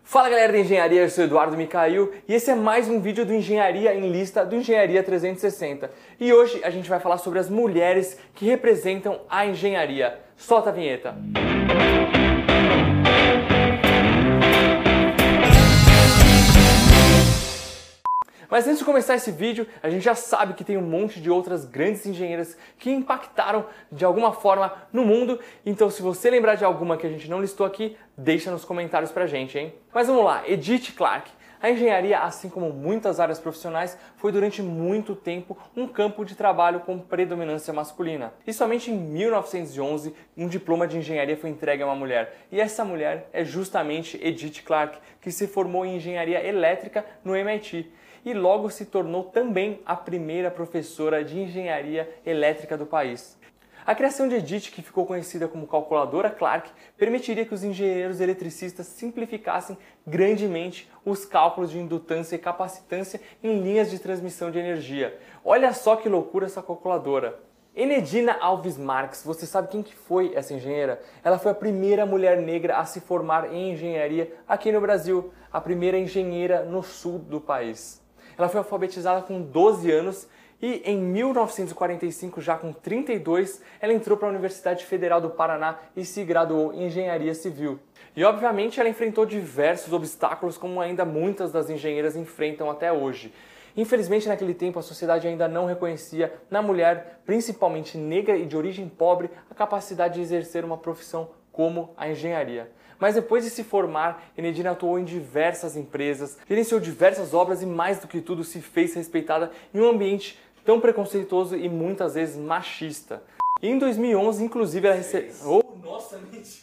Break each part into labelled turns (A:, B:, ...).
A: Fala galera da Engenharia, eu sou Eduardo Micail e esse é mais um vídeo do Engenharia em Lista do Engenharia 360. E hoje a gente vai falar sobre as mulheres que representam a engenharia. Solta a vinheta! Mas antes de começar esse vídeo, a gente já sabe que tem um monte de outras grandes engenheiras que impactaram de alguma forma no mundo. Então se você lembrar de alguma que a gente não listou aqui, deixa nos comentários pra gente, hein? Mas vamos lá, Edith Clarke. A engenharia, assim como muitas áreas profissionais, foi durante muito tempo um campo de trabalho com predominância masculina. E somente em 1911, um diploma de engenharia foi entregue a uma mulher. E essa mulher é justamente Edith Clarke, que se formou em engenharia elétrica no MIT. E logo se tornou também a primeira professora de engenharia elétrica do país. A criação de Edith, que ficou conhecida como calculadora Clarke, permitiria que os engenheiros eletricistas simplificassem grandemente os cálculos de indutância e capacitância em linhas de transmissão de energia. Olha só que loucura essa calculadora! Enedina Alves Marques, você sabe quem que foi essa engenheira? Ela foi a primeira mulher negra a se formar em engenharia aqui no Brasil, a primeira engenheira no sul do país. Ela foi alfabetizada com 12 anos e em 1945, já com 32, ela entrou para a Universidade Federal do Paraná e se graduou em Engenharia Civil. E obviamente ela enfrentou diversos obstáculos como ainda muitas das engenheiras enfrentam até hoje. Infelizmente, naquele tempo, a sociedade ainda não reconhecia na mulher, principalmente negra e de origem pobre, a capacidade de exercer uma profissão como a engenharia. Mas depois de se formar, Enedina atuou em diversas empresas, gerenciou diversas obras e, mais do que tudo, se fez respeitada em um ambiente tão preconceituoso e muitas vezes machista. E em 2011, inclusive, ela recebeu... Oh, nossa, mente!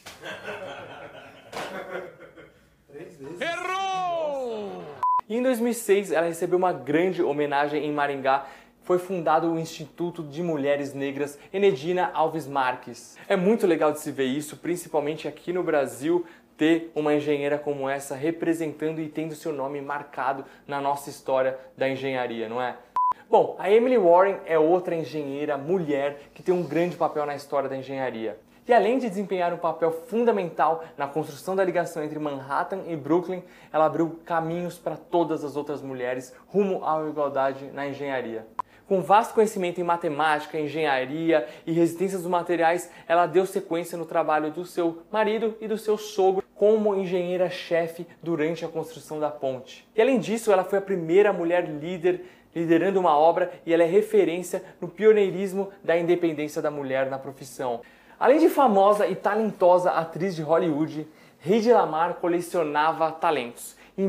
A: 3 vezes. Errou! E em 2006, ela recebeu uma grande homenagem em Maringá. Foi fundado o Instituto de Mulheres Negras Enedina Alves Marques. É muito legal de se ver isso, principalmente aqui no Brasil, ter uma engenheira como essa representando e tendo seu nome marcado na nossa história da engenharia, não é? Bom, a Emily Warren é outra engenheira mulher que tem um grande papel na história da engenharia. E além de desempenhar um papel fundamental na construção da ligação entre Manhattan e Brooklyn, ela abriu caminhos para todas as outras mulheres rumo à igualdade na engenharia. Com vasto conhecimento em matemática, engenharia e resistência dos materiais, ela deu sequência no trabalho do seu marido e do seu sogro como engenheira-chefe durante a construção da ponte. E além disso, ela foi a primeira mulher líder liderando uma obra e ela é referência no pioneirismo da independência da mulher na profissão. Além de famosa e talentosa atriz de Hollywood, Hedy Lamarr colecionava talentos. Em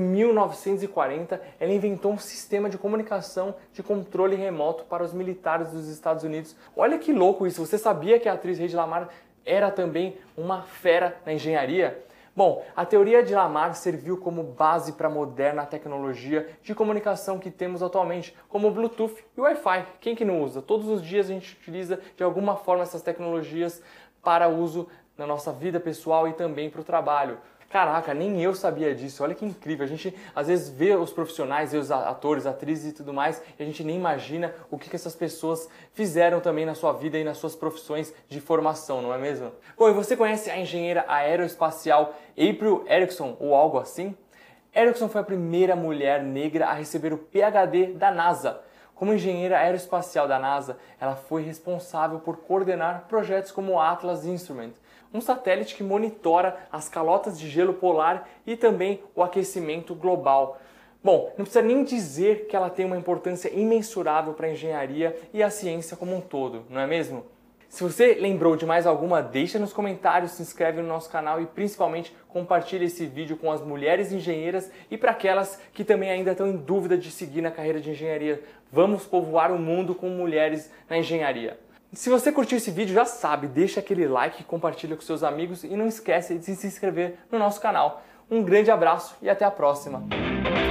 A: 1940, ela inventou um sistema de comunicação de controle remoto para os militares dos Estados Unidos. Olha que louco isso! Você sabia que a atriz Hedy Lamarr era também uma fera na engenharia? Bom, a teoria de Lamarr serviu como base para a moderna tecnologia de comunicação que temos atualmente, como o Bluetooth e o Wi-Fi. Quem que não usa? Todos os dias a gente utiliza de alguma forma essas tecnologias para uso na nossa vida pessoal e também para o trabalho. Caraca, nem eu sabia disso, olha que incrível, a gente às vezes vê os profissionais, vê os atores, atrizes e tudo mais, e a gente nem imagina o que essas pessoas fizeram também na sua vida e nas suas profissões de formação, não é mesmo? Bom, e você conhece a engenheira aeroespacial April Erickson ou algo assim? Erickson foi a primeira mulher negra a receber o PhD da NASA. Como engenheira aeroespacial da NASA, ela foi responsável por coordenar projetos como o Atlas Instrument, um satélite que monitora as calotas de gelo polar e também o aquecimento global. Bom, não precisa nem dizer que ela tem uma importância imensurável para a engenharia e a ciência como um todo, não é mesmo? Se você lembrou de mais alguma, deixa nos comentários, se inscreve no nosso canal e principalmente compartilha esse vídeo com as mulheres engenheiras e para aquelas que também ainda estão em dúvida de seguir na carreira de engenharia. Vamos povoar o mundo com mulheres na engenharia. Se você curtiu esse vídeo, já sabe, deixa aquele like, compartilha com seus amigos e não esquece de se inscrever no nosso canal. Um grande abraço e até a próxima!